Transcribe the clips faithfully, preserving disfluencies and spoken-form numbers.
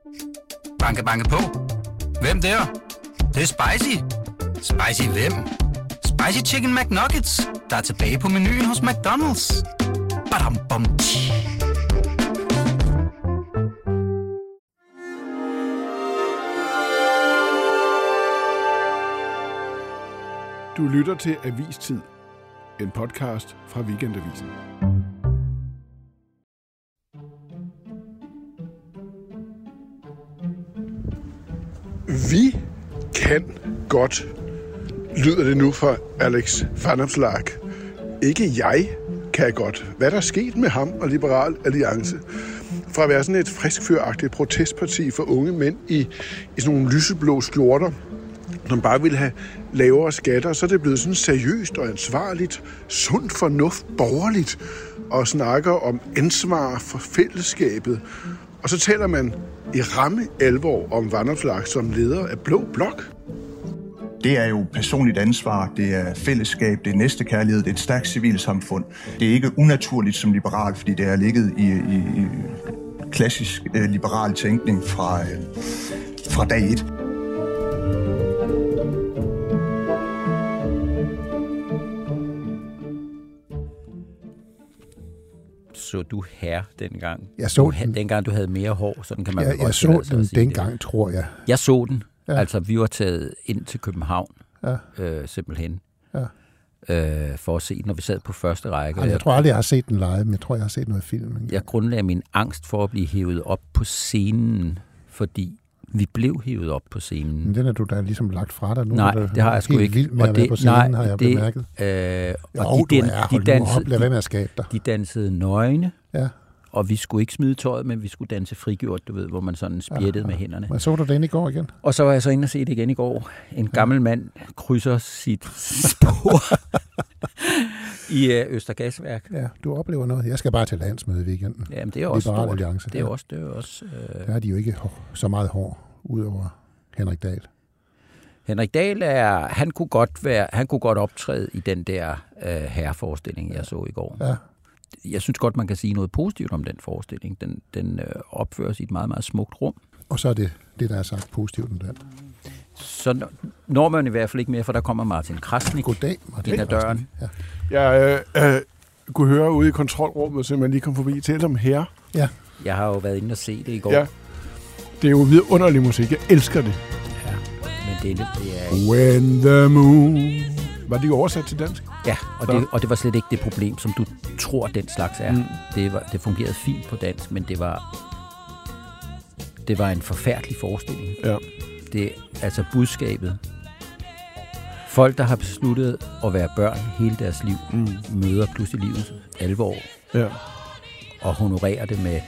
Banke, banke på. Hvem der? Det, det er spicy. Spicy hvem? Spicy Chicken McNuggets, der er tilbage på menuen hos McDonald's. Badum, bom, tji. Du lytter til Avistid, en podcast fra Weekendavisen. Vi kan godt, lyder det nu fra Alex Vanopslagh. Ikke jeg kan godt. Hvad der er sket med ham og Liberal Alliance? Fra at være sådan et friskfyragtigt protestparti for unge mænd i, i sådan nogle lyseblå skjorter, som bare ville have lavere skatter, så er det blevet sådan seriøst og ansvarligt, sundt fornuft, borgerligt, og snakker om ansvar for fællesskabet. Og så taler man i ramme alvor om Vanopslagh som leder af Blå Blok. Det er jo personligt ansvar, det er fællesskab, det er næstekærlighed, det er et stærkt civilsamfund. Det er ikke unaturligt som liberal, fordi det er ligget i, i, i klassisk eh, liberal tænkning fra, eh, fra dag et. Så du her dengang? Jeg så du, den. Dengang du havde mere hår, sådan kan man ja, godt jeg så den dengang, det. tror jeg. Jeg så den. Ja. Altså, vi var taget ind til København, ja. øh, simpelthen, ja. øh, for at se den, når vi sad på første række. Altså, jeg tror aldrig, jeg har set den live, men jeg tror, jeg har set noget film. Jeg grundlagde min angst for at blive hævet op på scenen, fordi vi blev hævet op på scenen. Men den er du da ligesom lagt fra dig nu? Nej, det, det har jeg sgu ikke. Helt vildt med og at det, være på scenen, nej, har jeg det, bemærket. Øh, og jo, de, den, er, de, dansede, op, lad være med at skabe dig. de dansede nøgne, ja. Og vi skulle ikke smide tøjet, men vi skulle danse frigjort, du ved, hvor man sådan spjættede ja, med hænderne. Men så du den i går igen? Og så var jeg så inde og se det igen i går. En gammel mand krydser sit spor i øh, Østergasværk. Ja, du oplever noget. Jeg skal bare til landsmøde i weekenden. Jamen, det er også Liberal stort. Alliance. Det er også, det er også, øh... Der er de jo ikke hår, så meget hår, udover Henrik Dahl. Henrik Dahl er, han kunne godt være, han kunne godt optræde i den der øh, herreforestilling, jeg så i går. Ja. Jeg synes godt, man kan sige noget positivt om den forestilling. Den, den øh, opføres i et meget, meget smukt rum. Og så er det det, der er sagt positivt om den. Så når man i hvert fald ikke mere, for der kommer Martin Krasnik. Goddag, Martin ind ad døren. Ja. Jeg øh, øh, kunne høre ude i kontrolrummet, så man lige kom forbi til om her. Ja. Jeg har jo været inde og se det i går. Ja. Det er jo vidunderlig musik. Jeg elsker det. Ja, men det er lidt... Det er... When the moon... Var det oversat til dansk? Ja, og det, og det var slet ikke det problem, som du tror, den slags er. Mm. Det, var, det fungerede fint på dansk, men det var, det var en forfærdelig forestilling. Ja. Det, altså budskabet. Folk, der har besluttet at være børn hele deres liv, mm. møder pludselig livets alvor. Ja. Og honorerer det med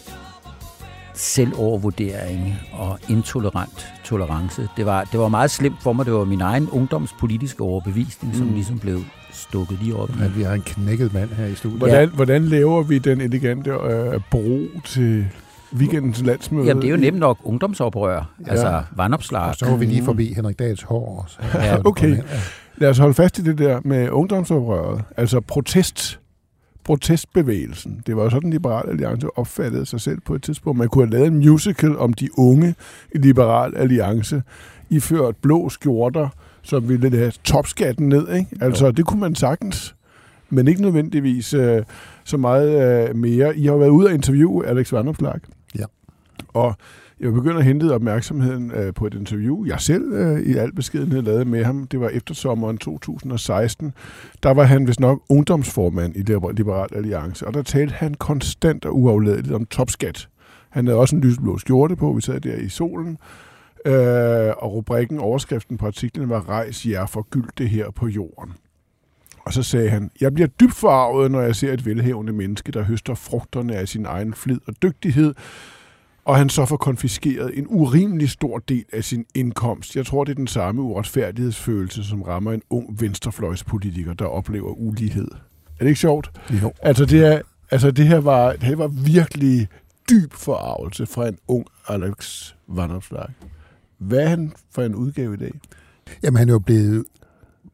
selvovervurdering og intolerant tolerance. Det var, det var meget slemt for mig. Det var min egen ungdomspolitiske overbevisning, mm. som ligesom blev stukket lige op. Ja, vi har en knækket mand her i studiet. Hvordan, ja. hvordan laver vi den elegante øh, bro til weekendens landsmøde? Jamen, det er jo nemt nok ungdomsoprør. Ja. Altså, Vanopslagh. Og så var vi lige forbi Henrik Dahls hår også. Ja, okay. Lad os holde fast i det der med ungdomsoprøret. Altså protest. Protestbevægelsen. Det var jo sådan, Liberal Alliance opfattede sig selv på et tidspunkt. Man kunne have lavet en musical om de unge i Liberal Alliance, iført blå skjorter, som ville have topskatten ned. Ikke? Altså, jo. Det kunne man sagtens, men ikke nødvendigvis øh, så meget øh, mere. I har været ude og interviewe Alex Vanopslagh. Ja. Og jeg begynder at hente opmærksomheden øh, på et interview, jeg selv øh, i al beskedenhed lavede med ham. Det var efter sommeren to tusind og seksten. Der var han vist nok ungdomsformand i Liberal Alliance, og der talte han konstant og uafladeligt om topskat. Han havde også en lysblå skjorte på, vi sad der i solen, øh, og rubrikken, overskriften på artiklen var "Rejs jer for gyld det her på jorden". Og så sagde han: "Jeg bliver dybt forarvet, når jeg ser et velhavende menneske, der høster frugterne af sin egen flid og dygtighed, og han så får konfiskeret en urimelig stor del af sin indkomst. Jeg tror, det er den samme uretfærdighedsfølelse, som rammer en ung venstrefløjspolitiker, der oplever ulighed." Er det ikke sjovt? Jo. Altså, det, er, altså det, her var, det her var virkelig dyb forarvelse fra en ung Alex Vanopslagh. Hvad er han for en udgave i dag? Jamen, han er jo blevet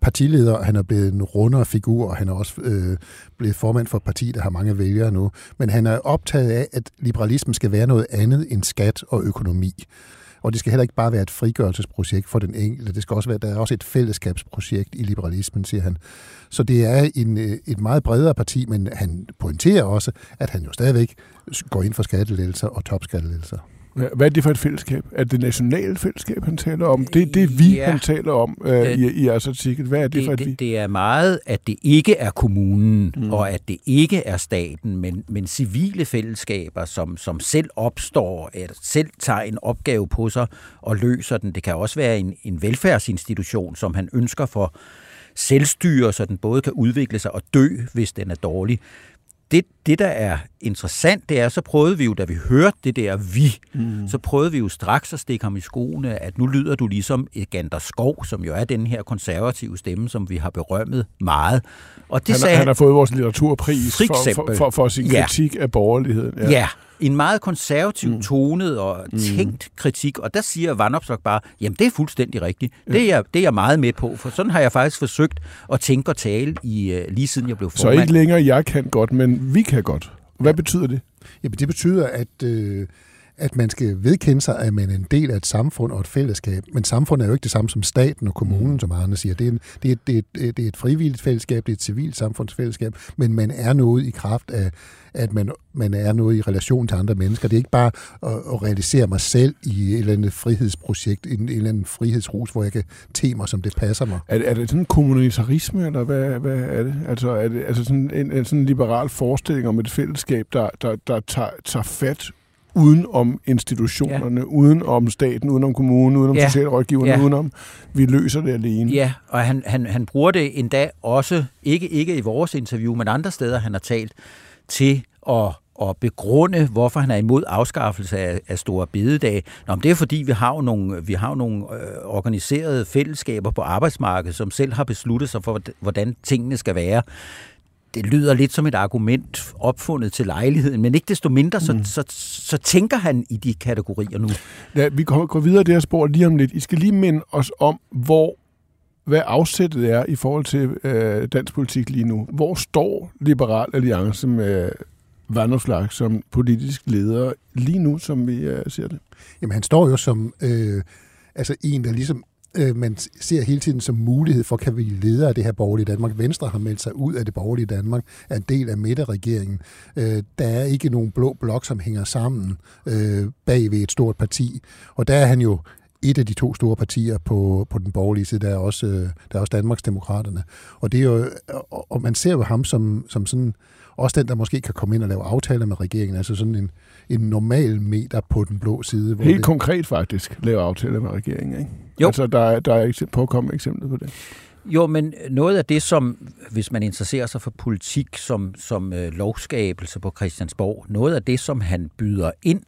partileder, og han er blevet en rundere figur, og han er også øh, blevet formand for et parti, der har mange vælgere nu. Men han er optaget af, at liberalismen skal være noget andet end skat og økonomi. Og det skal heller ikke bare være et frigørelsesprojekt for den enkelte. Det skal også være, der er også et fællesskabsprojekt i liberalismen, siger han. Så det er en, et meget bredere parti, men han pointerer også, at han jo stadigvæk går ind for skattelettelser og topskattelettelser. Hvad er det for et fællesskab? Er det nationale fællesskab, han taler om? Det er det, vi, ja, han taler om øh, det, i, i jeres artikel. Hvad er det, det for et det, vi? Det er meget, at det ikke er kommunen, mm. og at det ikke er staten, men, men civile fællesskaber, som, som selv opstår, eller selv tager en opgave på sig og løser den. Det kan også være en, en velfærdsinstitution, som han ønsker for selvstyre, så den både kan udvikle sig og dø, hvis den er dårlig. Det, det, der er interessant, det er, så prøvede vi jo, da vi hørte det der vi, mm. så prøvede vi jo straks at stikke ham i skoene, at nu lyder du ligesom Egander Skov, som jo er den her konservative stemme, som vi har berømmet meget. Og det han, sagde, han har fået vores litteraturpris for, for, for, for sin ja. kritik af borgerligheden. Ja, ja. En meget konservativ mm. tonet og tænkt mm. kritik, og der siger Vanopslagh bare, jamen det er fuldstændig rigtigt. Ja. Det, er jeg, det er jeg meget med på, for sådan har jeg faktisk forsøgt at tænke og tale i, lige siden jeg blev formand. Så ikke længere jeg kan godt, men vi kan godt. Hvad ja. betyder det? Jamen det betyder, at... Øh at man skal vedkende sig, at man er en del af et samfund og et fællesskab. Men samfundet er jo ikke det samme som staten og kommunen, som Arne siger. Det er, en, det, er, det, er, det er et frivilligt fællesskab, det er et civilt samfundsfællesskab, men man er noget i kraft af, at man, man er noget i relation til andre mennesker. Det er ikke bare at, at realisere mig selv i et eller andet frihedsprojekt, en, en eller anden frihedsrus, hvor jeg kan te mig, som det passer mig. Er, er det sådan en kommunitarisme, eller hvad, hvad er det? Altså er det altså sådan en, en sådan liberal forestilling om et fællesskab, der, der, der tager, tager fat uden om institutionerne, ja. uden om staten, uden om kommunen, uden om ja. socialrådgiverne, ja. uden om vi løser det alene. Ja, og han, han, han bruger det endda også, ikke, ikke i vores interview, men andre steder, han har talt til at, at begrunde, hvorfor han er imod afskaffelse af, af store bededag. Nå, men det er fordi, vi har jo nogle, vi har jo nogle øh, organiserede fællesskaber på arbejdsmarkedet, som selv har besluttet sig for, hvordan tingene skal være. Det lyder lidt som et argument opfundet til lejligheden, men ikke desto mindre, så, mm. så, så, så tænker han i de kategorier nu. Ja, vi kommer gå videre det her spor lige om lidt. I skal lige minde os om, hvor, hvad afsættet er i forhold til øh, dansk politik lige nu. Hvor står Liberal Alliance med Vanopslagh som politisk leder lige nu, som vi øh, ser det? Jamen, han står jo som øh, altså en, der ligesom man ser hele tiden som mulighed for, kan vi lede af det her borgerlige Danmark. Venstre har meldt sig ud af det borgerlige Danmark, er en del af midterregeringen. Der er ikke nogen blå blok, som hænger sammen bag ved et stort parti. Og der er han jo et af de to store partier på, på den borgerlige side, der er også, der er også Danmarksdemokraterne. Og, det er jo, og man ser jo ham som, som sådan, også den, der måske kan komme ind og lave aftaler med regeringen, altså sådan en, en normal meter på den blå side. Hvor Helt det... konkret faktisk, lave aftaler med regeringen, ikke? Jo. Altså, der er, der er ikke påkommet eksempler på det. Jo, men noget af det, som, hvis man interesserer sig for politik som, som øh, lovskabelse på Christiansborg, noget af det, som han byder ind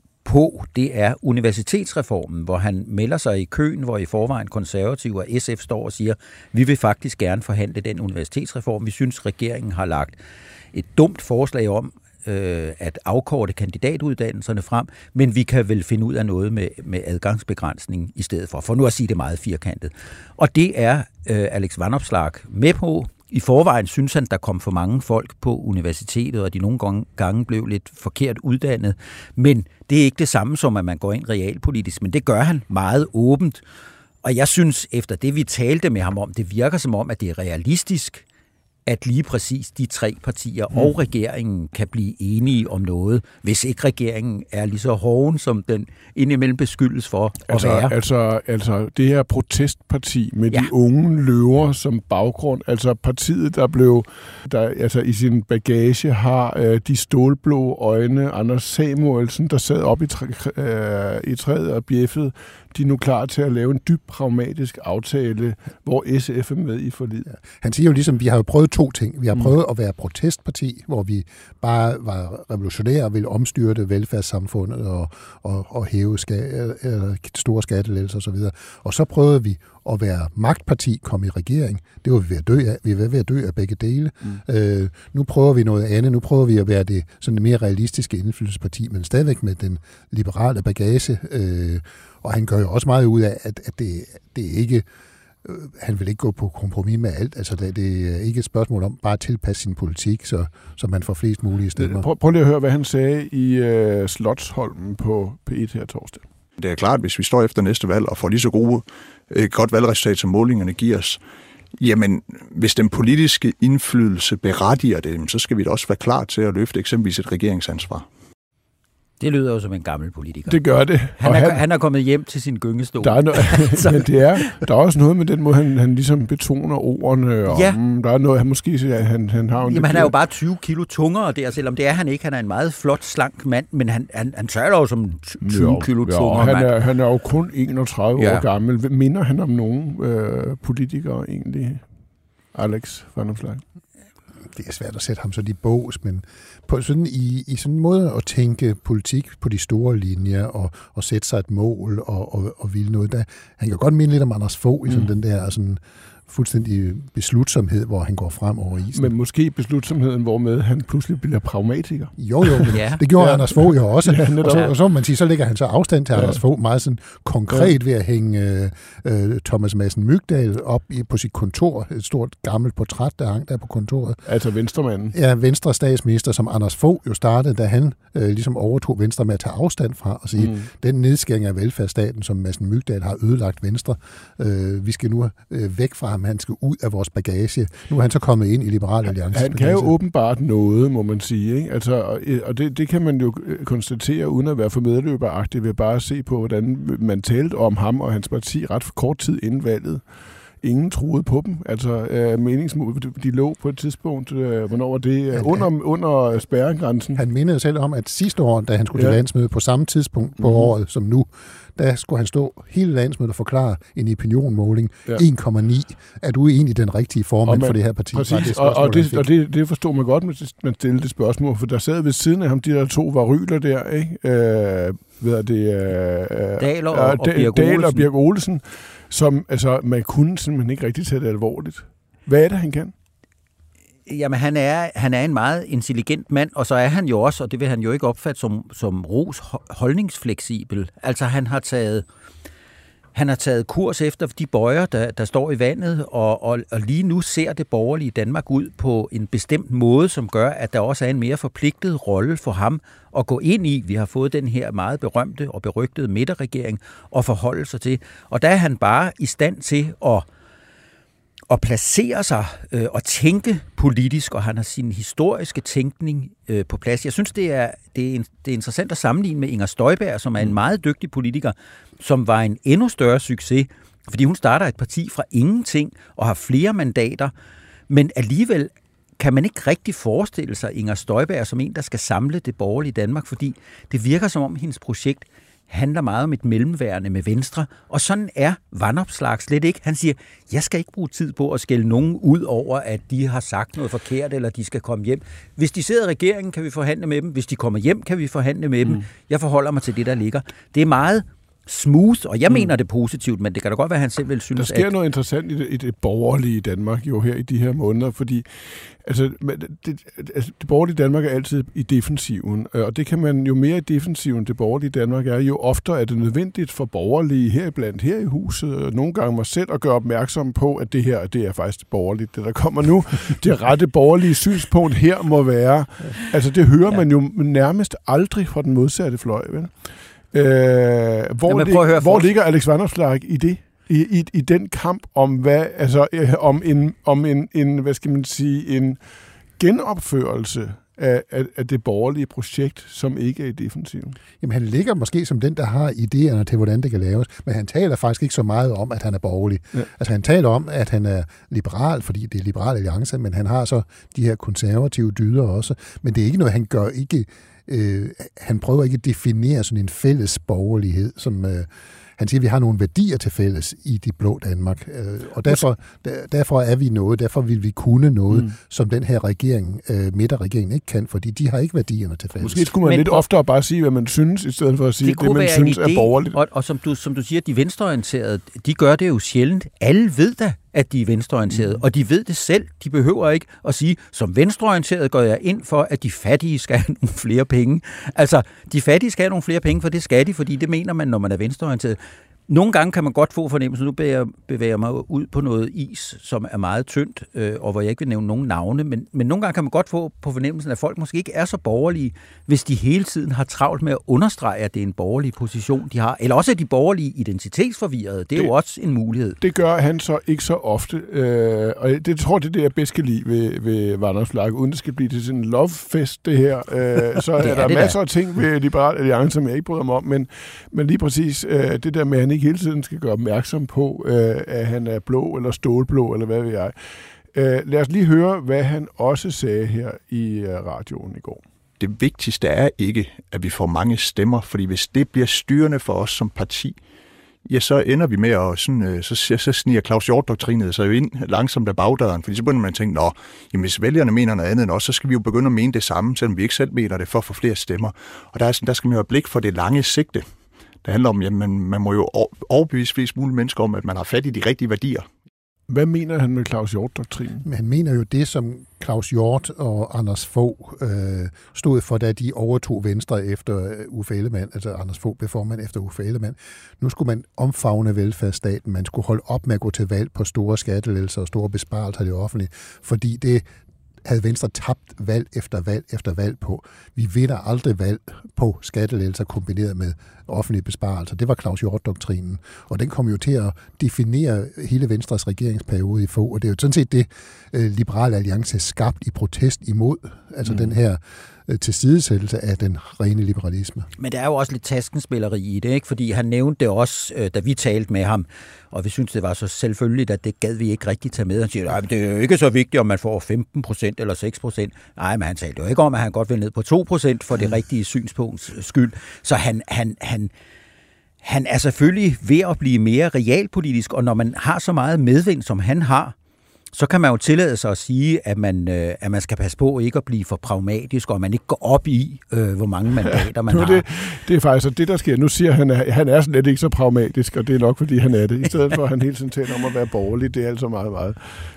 på, det er universitetsreformen, hvor han melder sig i køen, hvor i forvejen konservative og S F står og siger, vi vil faktisk gerne forhandle den universitetsreform. Vi synes, regeringen har lagt et dumt forslag om øh, at afkorte kandidatuddannelserne frem, men vi kan vel finde ud af noget med, med adgangsbegrænsning i stedet for, for nu at sige det meget firkantet. Og det er øh, Alex Vanopslagh med på. I forvejen synes han, der kom for mange folk på universitetet, og de nogle gange blev lidt forkert uddannet. Men det er ikke det samme som, at man går ind realpolitisk, men det gør han meget åbent. Og jeg synes, efter det vi talte med ham om, det virker som om, at det er realistisk, at lige præcis de tre partier mm. og regeringen kan blive enige om noget, hvis ikke regeringen er lige så hoven, som den indimellem beskyldes for altså, at være. Altså, altså det her protestparti med ja. de unge løver som baggrund, altså partiet, der blev, der altså i sin bagage har øh, de stålblå øjne, Anders Samuelsen, der sad op i, træ, øh, i træet og bjeffede, de er nu klar til at lave en dybt pragmatisk aftale, hvor S F er med i forliget. Ja. Han siger jo ligesom, vi har jo prøvet to ting. Vi har prøvet mm. at være protestparti, hvor vi bare var revolutionære og ville omstyrte velfærdssamfundet og, og, og hæve ska- eller store skattelettelser osv. Og så prøvede vi at være magtparti, komme i regering. Det var vi ved at dø af. Vi var ved at dø af begge dele. Mm. Øh, nu prøver vi noget andet. Nu prøver vi at være det sådan mere realistiske indflydelsesparti, men stadigvæk med den liberale bagage. Øh, og han gør jo også meget ud af, at, at det, det er ikke øh, han vil ikke gå på kompromis med alt. Altså, det, det er ikke et spørgsmål om bare at tilpasse sin politik, så, så man får flest mulige stemmer. Prøv, prøv lige at høre, hvad han sagde i øh, Slotsholmen på P et her torsdag. Det er klart, hvis vi står efter næste valg og får lige så gode, et godt valgresultat, som målingerne giver os, jamen, hvis den politiske indflydelse berettiger det, så skal vi da også være klar til at løfte eksempelvis et regeringsansvar. Det lyder jo som en gammel politiker. Det gør det. Han er, han, han er kommet hjem til sin gyngestol. Der er, no- men det er, der er også noget med den måde, han, han ligesom betoner ordene. Og, ja. Der er noget, han måske siger, han, han har... Jamen, han er jo bare tyve kilo tungere der, selvom det er han ikke. Han er en meget flot, slank mand, men han, han, han taler jo som tyve jo, kilo jo, tungere han mand. Er, han er jo kun enogtredive ja. år gammel. Minder han om nogen øh, politikere egentlig? Alex Vanopslagh? Det er svært at sætte ham så i bås, men på sådan, i, i sådan en måde at tænke politik på de store linjer og, og sætte sig et mål og, og, og ville noget, der, han kan godt minde lidt om Anders Fogh i sådan mm. den der sådan, fuldstændig beslutsomhed, hvor han går frem over isen. Men måske beslutsomheden, hvormed han pludselig bliver pragmatiker. Jo, jo, ja. Det gjorde ja. Anders Fogh jo også. Ja, og, så, og så, man sige, så lægger han så afstand til ja. Anders Fogh meget sådan konkret ja. ved at hænge øh, Thomas Madsen Mygdal op i, på sit kontor. Et stort gammelt portræt, der hang der på kontoret. Altså venstremanden. Ja, venstre statsminister, som Anders Fogh jo startede, da han øh, ligesom overtog Venstre med at tage afstand fra og sige, mm. den nedskæring af velfærdsstaten, som Madsen Mygdal har ødelagt Venstre, øh, vi skal nu øh, væk fra ham. Han skal ud af vores bagage. Nu er han så kommet ind i Liberal Alliance. Han kan jo åbenbart noget, må man sige. Ikke? Altså, og det, det kan man jo konstatere, uden at være for medløberagtig, ved bare at se på, hvordan man talte om ham og hans parti ret kort tid inden valget. Ingen troede på dem. Altså, øh, meningsmål, de lå på et tidspunkt, øh, hvornår var det? Han, under, han, under spærregrænsen. Han mindede selv om, at sidste år, da han skulle ja. til landsmøde på samme tidspunkt på mm-hmm. året som nu, der skulle han stå hele landsmødet og forklare en opinionmåling. Ja. en komma ni. Er du egentlig den rigtige formand man, for det her parti? Præcis, det og, og, det, og det, det forstod man godt, at man stillede det spørgsmål, for der sad ved siden af ham de der to varyler der, ikke? Øh, ved det, øh, Dahl og, og, og Birk Dahl og Birk Olesen, som altså, man kunne simpelthen ikke rigtig tage det alvorligt. Hvad er det, han kan? Jamen, han er, han er en meget intelligent mand, og så er han jo også, og det vil han jo ikke opfatte som, som ros, holdningsfleksibel. Altså, han har taget, han har taget kurs efter de bøjer, der, der står i vandet, og, og, og lige nu ser det borgerlige Danmark ud på en bestemt måde, som gør, at der også er en mere forpligtet rolle for ham at gå ind i. Vi har fået den her meget berømte og berygtede midterregering og forholde sig til. Og der er han bare i stand til at at placere sig øh, og tænke politisk, og han har sin historiske tænkning øh, på plads. Jeg synes, det er, det, er, det er interessant at sammenligne med Inger Støjberg, som er en meget dygtig politiker, som var en endnu større succes, fordi hun starter et parti fra ingenting og har flere mandater, men alligevel kan man ikke rigtig forestille sig Inger Støjberg som en, der skal samle det borgerlige Danmark, fordi det virker som om hendes projekt handler meget om et mellemværende med Venstre, og sådan er Vanopslagh slet ikke. Han siger, jeg skal ikke bruge tid på at skælde nogen ud over, at de har sagt noget forkert, eller de skal komme hjem. Hvis de sidder i regeringen, kan vi forhandle med dem. Hvis de kommer hjem, kan vi forhandle med dem. Mm. Jeg forholder mig til det, der ligger. Det er meget smooth, og jeg mm. mener det positivt, men det kan da godt være, at han selv vil synes, der sker at... noget interessant i det, i det borgerlige Danmark jo her i de her måneder, fordi altså, det, altså, det borgerlige Danmark er altid i defensiven, og det kan man jo mere i defensiven, det borgerlige Danmark er, jo oftere er det nødvendigt for borgerlige heriblandt her i huset, og nogle gange mig selv at gøre opmærksom på, at det her, det er faktisk borgerligt, det der kommer nu. Det rette borgerlige synspunkt her må være, altså det hører ja. man jo nærmest aldrig fra den modsatte fløj, vel? Øh, hvor, Jamen, lig, hvor ligger Alex Vanopslagh i det? I, i, i den kamp om hvad, altså øh, om en om en, en hvad skal man sige en genopførelse af, af, af det borgerlige projekt, som ikke er i defensiven. Jamen han ligger måske som den, der har idéerne til, hvordan det kan laves, men han taler faktisk ikke så meget om, at han er borgerlig. Ja. Altså han taler om, at han er liberal, fordi det er Liberal Alliance, men han har så de her konservative dyder også. Men det er ikke noget, han gør ikke. Øh, han prøver ikke at definere sådan en fælles borgerlighed, som øh, han siger, at vi har nogle værdier til fælles i de blå Danmark, øh, og derfor, der, derfor er vi noget, derfor vil vi kunne noget, mm. som den her regering, øh, midterregeringen, ikke kan, fordi de har ikke værdierne til fælles. Måske skulle man Men, lidt oftere bare sige, hvad man synes, i stedet for at sige det, det man synes idé, er borgerligt. Og, og som, du, som du siger, de venstreorienterede, de gør det jo sjældent. Alle ved da, at de er venstreorienterede, mm. og de ved det selv. De behøver ikke at sige, som venstreorienteret går jeg ind for, at de fattige skal have nogle flere penge. Altså, de fattige skal have nogle flere penge, for det skal de, fordi det mener man, når man er venstreorienteret. Nogle gange kan man godt få fornemmelsen, nu bevæger, bevæger mig ud på noget is, som er meget tyndt, øh, og hvor jeg ikke vil nævne nogen navne, men, men nogle gange kan man godt få på fornemmelsen, at folk måske ikke er så borgerlige, hvis de hele tiden har travlt med at understrege, at det er en borgerlig position, de har. Eller også er de borgerlige identitetsforvirrede. Det er det, jo også en mulighed. Det gør han så ikke så ofte, øh, og det tror jeg, det er det, jeg bedst kan lide ved, ved Vandreflag, uden det skal blive til sådan en lovefest, det her. Øh, så er, er der masser der. af ting ved Liberal Alliance, som jeg ikke bryder mig om, men, men lige præcis øh, det der med, at han ikke hele tiden skal gøre opmærksom på, øh, at han er blå eller stålblå, eller hvad ved jeg. Øh, lad os lige høre, hvad han også sagde her i øh, radioen i går. Det vigtigste er ikke, at vi får mange stemmer, fordi hvis det bliver styrende for os som parti, ja, så ender vi med at sådan, så, så sniger Claus Hjort-doktrinet sig jo ind langsomt af bagdøren, fordi så begynder man at tænke, nå, jamen, hvis vælgerne mener noget andet end os, så skal vi jo begynde at mene det samme, selvom vi ikke selv mener det, for at få flere stemmer. Og der, er sådan, der skal man jo have blik for det lange sigte. Det handler om, at man, man må jo overbevise flest mulige mennesker om, at man har fat i de rigtige værdier. Hvad mener han med Claus Hjort-doktrinen? Han mener jo det, som Claus Hjort og Anders Fogh øh, stod for, da de overtog Venstre efter Uffe Ellemann, altså Anders Fogh blev formand efter Uffe Ellemann. Nu skulle man omfavne velfærdsstaten, man skulle holde op med at gå til valg på store skattelettelser og store besparelser i det offentlige, fordi det havde Venstre tabt valg efter valg efter valg på. Vi vinder aldrig valg på skattelettelser kombineret med offentlige besparelser. Det var Claus Hjort-doktrinen, og den kom jo til at definere hele Venstres regeringsperiode i få, og det er jo sådan set det, Liberal Alliance er skabt i protest imod, altså mm. den her tilsidesættelse af den rene liberalisme. Men der er jo også lidt taskenspilleri i det, ikke? Fordi han nævnte det også, da vi talte med ham, og vi synes det var så selvfølgeligt, at det gad vi ikke rigtig tage med. Han siger, at det er jo ikke så vigtigt, om man får femten procent eller seks procent. Nej, men han talte jo ikke om, at han godt vil ned på to procent for det rigtige synspunkts skyld. Så han, han, han, han er selvfølgelig ved at blive mere realpolitisk, og når man har så meget medvind, som han har, så kan man jo tillade sig at sige, at man, øh, at man skal passe på ikke at blive for pragmatisk, og man ikke går op i, øh, hvor mange mandater man ja, har. Det, det er faktisk det, der sker. Nu siger han, at han er slet ikke så pragmatisk, og det er nok, fordi han er det. I stedet for, at han hele tiden taler om at være borgerlig. Det er altså meget, meget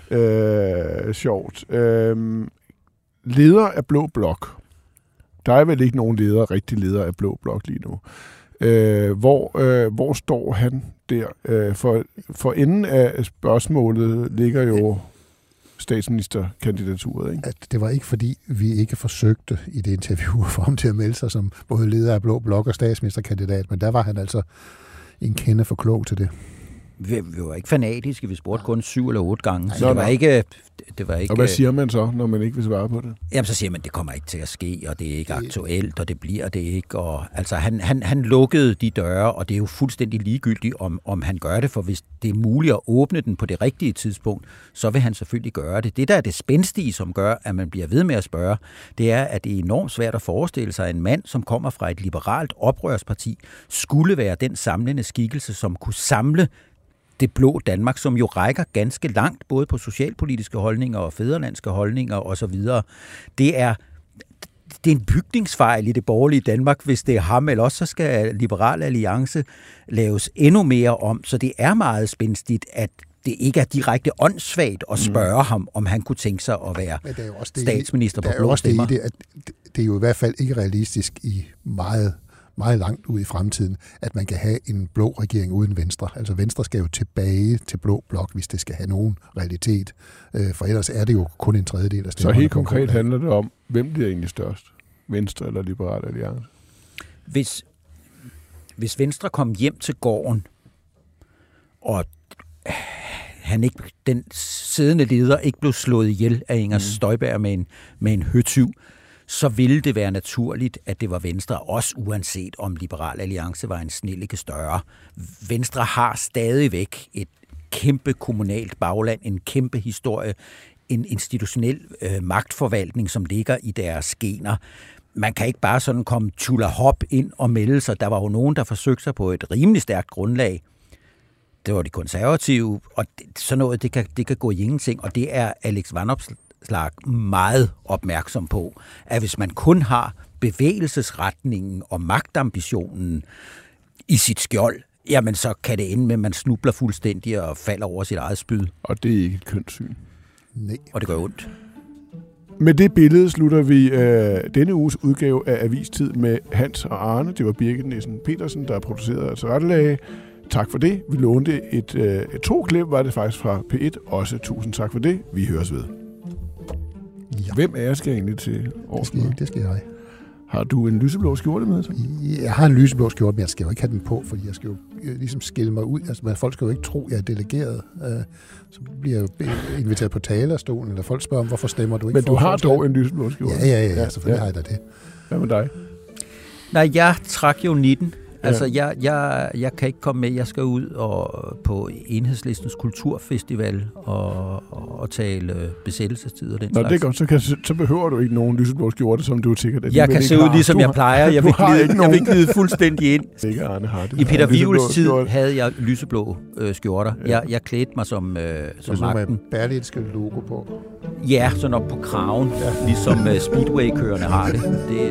øh, sjovt. Øh, leder af Blå Blok. Der er vel ikke nogen leder, rigtig leder af Blå Blok lige nu. Øh, hvor, øh, hvor står han der? Øh, for, for enden af spørgsmålet ligger jo statsministerkandidaturet, ikke? At det var ikke, fordi vi ikke forsøgte i det interview for ham til at melde sig som både leder af Blå Blok og statsministerkandidat, men der var han altså en kende for klog til det. Vi, vi var ikke fanatiske, vi spurgte kun syv eller otte gange, så det var ikke... Det var ikke, og hvad siger man så, når man ikke vil svare på det? Jamen, så siger man, at det kommer ikke til at ske, og det er ikke aktuelt, og det bliver det ikke. Og, altså, han, han, han lukkede de døre, og det er jo fuldstændig ligegyldigt, om, om han gør det, for hvis det er muligt at åbne den på det rigtige tidspunkt, så vil han selvfølgelig gøre det. Det, der er det spændstige, som gør, at man bliver ved med at spørge, det er, at det er enormt svært at forestille sig, at en mand, som kommer fra et liberalt oprørsparti, skulle være den samlende skikkelse, som kunne samle det blå Danmark, som jo rækker ganske langt, både på socialpolitiske holdninger og fædrelandske holdninger osv. Det er, det er en bygningsfejl i det borgerlige Danmark, hvis det er ham, eller også så skal Liberal Alliance laves endnu mere om. Så det er meget spændstigt, at det ikke er direkte åndssvagt at spørge mm. ham, om han kunne tænke sig at være statsminister på blå stemmer. Det er jo også det, at det er jo i hvert fald ikke realistisk i meget meget langt ud i fremtiden, at man kan have en blå regering uden Venstre. Altså Venstre skal jo tilbage til Blå Blok, hvis det skal have nogen realitet. For ellers er det jo kun en tredjedel af stemmerne. Så helt konkret handler det om, hvem bliver egentlig størst? Venstre eller Liberal Alliance? Hvis, hvis Venstre kom hjem til gården, og han ikke, den siddende leder ikke blev slået ihjel af Inger Støjberg med en, med en høtyv, så ville det være naturligt, at det var Venstre, også uanset om Liberal Alliance var en snillige større. Venstre har stadigvæk et kæmpe kommunalt bagland, en kæmpe historie, en institutionel øh, magtforvaltning, som ligger i deres gener. Man kan ikke bare sådan komme tjulahop ind og melde sig. Der var jo nogen, der forsøgte sig på et rimelig stærkt grundlag. Det var de konservative, og det, sådan noget, det kan, det kan gå i ingenting, og det er Alex Vanopslagh meget opmærksom på, at hvis man kun har bevægelsesretningen og magtambitionen i sit skjold, jamen så kan det ende med, at man snubler fuldstændig og falder over sit eget spyd. Og det er ikke et kønssyn. Nej. Og det gør ondt. Med det billede slutter vi øh, denne uges udgave af Avistid med Hans og Arne. Det var Birgit Nielsen Petersen, der producerede og tilrettelagde. Tak for det. Vi lånte et, øh, et to klip, var det faktisk fra P et. Også tusind tak for det. Vi høres ved. Ja. Hvem er jeg skal egentlig til årsmødet? Det, det skal jeg. Har du en lyseblå skjorte med? Så? Jeg har en lyseblå skjorte, men jeg skal jo ikke have den på, fordi jeg skal jo ligesom skille mig ud. Altså, folk skal jo ikke tro, at jeg er delegeret. Så bliver jeg jo inviteret på talerstolen, eller folk spørger om, hvorfor stemmer du ikke? Men du har dog en lyseblå skjorte? Ja, ja, ja, ja, selvfølgelig ja. har jeg da det. Hvad med dig? Nej, jeg trak jo nitten. Ja. Altså, jeg, jeg, jeg kan ikke komme med. Jeg skal ud og på Enhedslistens Kulturfestival og, og, og tale besættelsestid og den Nå, slags. det er godt. Så, kan, så behøver du ikke nogen lyseblå skjorte, som du sikkert... Jeg kan se ud, ligesom jeg plejer. Jeg vil glide, jeg vil glide fuldstændig ind. Ikke Arne har det. I Peter Wivel tid havde jeg lyseblå øh, skjorter. Ja. Jeg, jeg klædte mig som, øh, som magten. Med Berlingske logo på. Ja, sådan op på kraven. Ja. Ligesom uh, Speedway-kørende har det. Det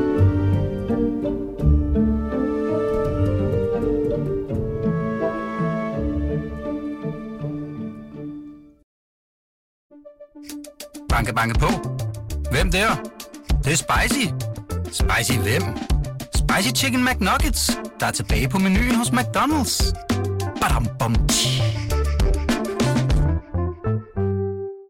Banke, banke på. Hvem der? Det, det er spicy. Spicy hvem? Spicy Chicken McNuggets, der er tilbage på menuen hos McDonald's. Badum, bom, tji.